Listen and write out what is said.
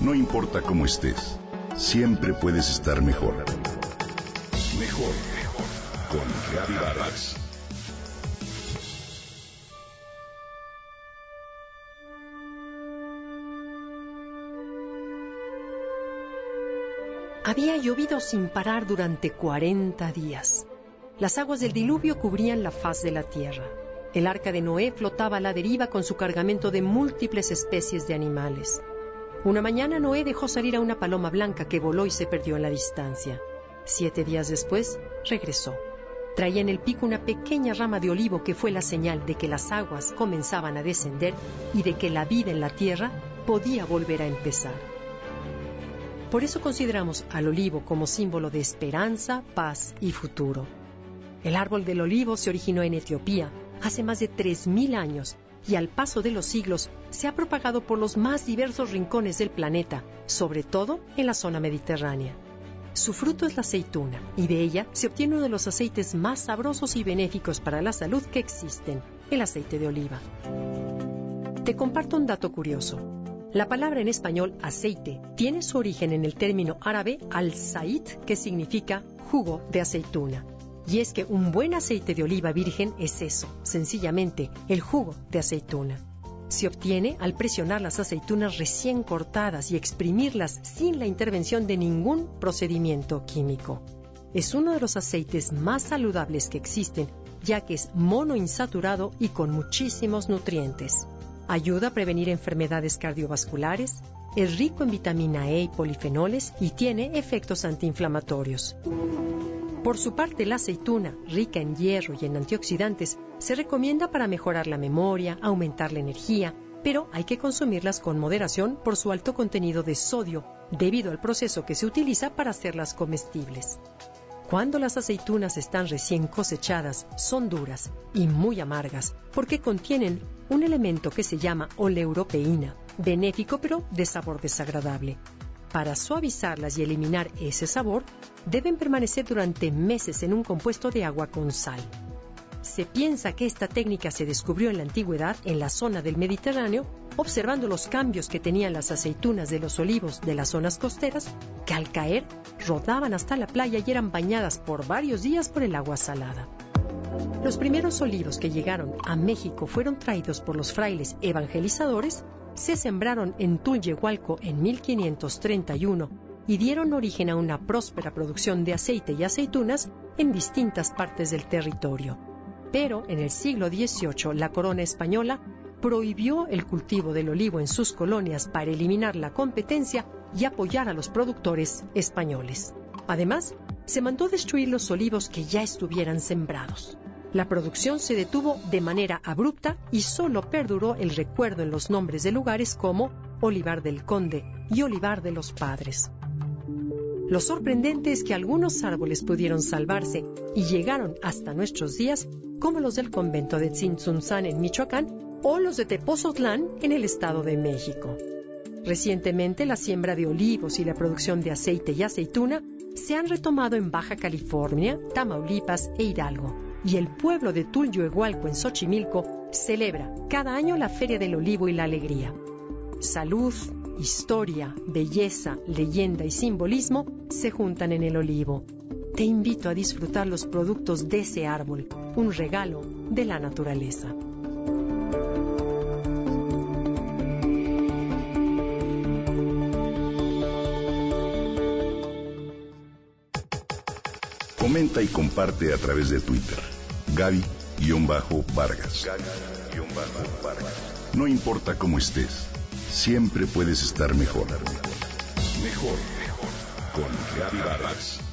No importa cómo estés, siempre puedes estar mejor. Mejor, mejor. Con Gaby Vargas. Había llovido sin parar durante 40 días. Las aguas del diluvio cubrían la faz de la tierra. El arca de Noé flotaba a la deriva con su cargamento de múltiples especies de animales. Una mañana Noé dejó salir a una paloma blanca que voló y se perdió en la distancia. 7 días después, regresó. Traía en el pico una pequeña rama de olivo que fue la señal de que las aguas comenzaban a descender y de que la vida en la tierra podía volver a empezar. Por eso consideramos al olivo como símbolo de esperanza, paz y futuro. El árbol del olivo se originó en Etiopía hace más de 3.000 años y al paso de los siglos se ha propagado por los más diversos rincones del planeta, sobre todo en la zona mediterránea. Su fruto es la aceituna y de ella se obtiene uno de los aceites más sabrosos y benéficos para la salud que existen, el aceite de oliva. Te comparto un dato curioso. La palabra en español aceite tiene su origen en el término árabe al-zait, que significa jugo de aceituna. Y es que un buen aceite de oliva virgen es eso, sencillamente, el jugo de aceituna. Se obtiene al presionar las aceitunas recién cortadas y exprimirlas sin la intervención de ningún procedimiento químico. Es uno de los aceites más saludables que existen, ya que es monoinsaturado y con muchísimos nutrientes. Ayuda a prevenir enfermedades cardiovasculares, es rico en vitamina E y polifenoles y tiene efectos antiinflamatorios. Por su parte, la aceituna, rica en hierro y en antioxidantes, se recomienda para mejorar la memoria, aumentar la energía, pero hay que consumirlas con moderación por su alto contenido de sodio, debido al proceso que se utiliza para hacerlas comestibles. Cuando las aceitunas están recién cosechadas, son duras y muy amargas, porque contienen un elemento que se llama oleuropeína, benéfico pero de sabor desagradable. Para suavizarlas y eliminar ese sabor, deben permanecer durante meses en un compuesto de agua con sal. Se piensa que esta técnica se descubrió en la antigüedad en la zona del Mediterráneo, observando los cambios que tenían las aceitunas de los olivos de las zonas costeras, que al caer rodaban hasta la playa y eran bañadas por varios días por el agua salada. Los primeros olivos que llegaron a México fueron traídos por los frailes evangelizadores, se sembraron en Tulyehualco en 1531 y dieron origen a una próspera producción de aceite y aceitunas en distintas partes del territorio. Pero en el siglo XVIII la corona española prohibió el cultivo del olivo en sus colonias para eliminar la competencia y apoyar a los productores españoles. Además, se mandó destruir los olivos que ya estuvieran sembrados. La producción se detuvo de manera abrupta y solo perduró el recuerdo en los nombres de lugares como Olivar del Conde y Olivar de los Padres. Lo sorprendente es que algunos árboles pudieron salvarse y llegaron hasta nuestros días, como los del convento de Tzintzuntzán en Michoacán o los de Tepozotlán en el Estado de México. Recientemente, la siembra de olivos y la producción de aceite y aceituna se han retomado en Baja California, Tamaulipas e Hidalgo. Y el pueblo de Tulyehualco en Xochimilco celebra cada año la Feria del Olivo y la Alegría. Salud, historia, belleza, leyenda y simbolismo se juntan en el olivo. Te invito a disfrutar los productos de ese árbol, un regalo de la naturaleza. Comenta y comparte a través de Twitter. Gaby-Vargas. No importa cómo estés, siempre puedes estar mejor. Mejor, mejor. Con Gaby Vargas.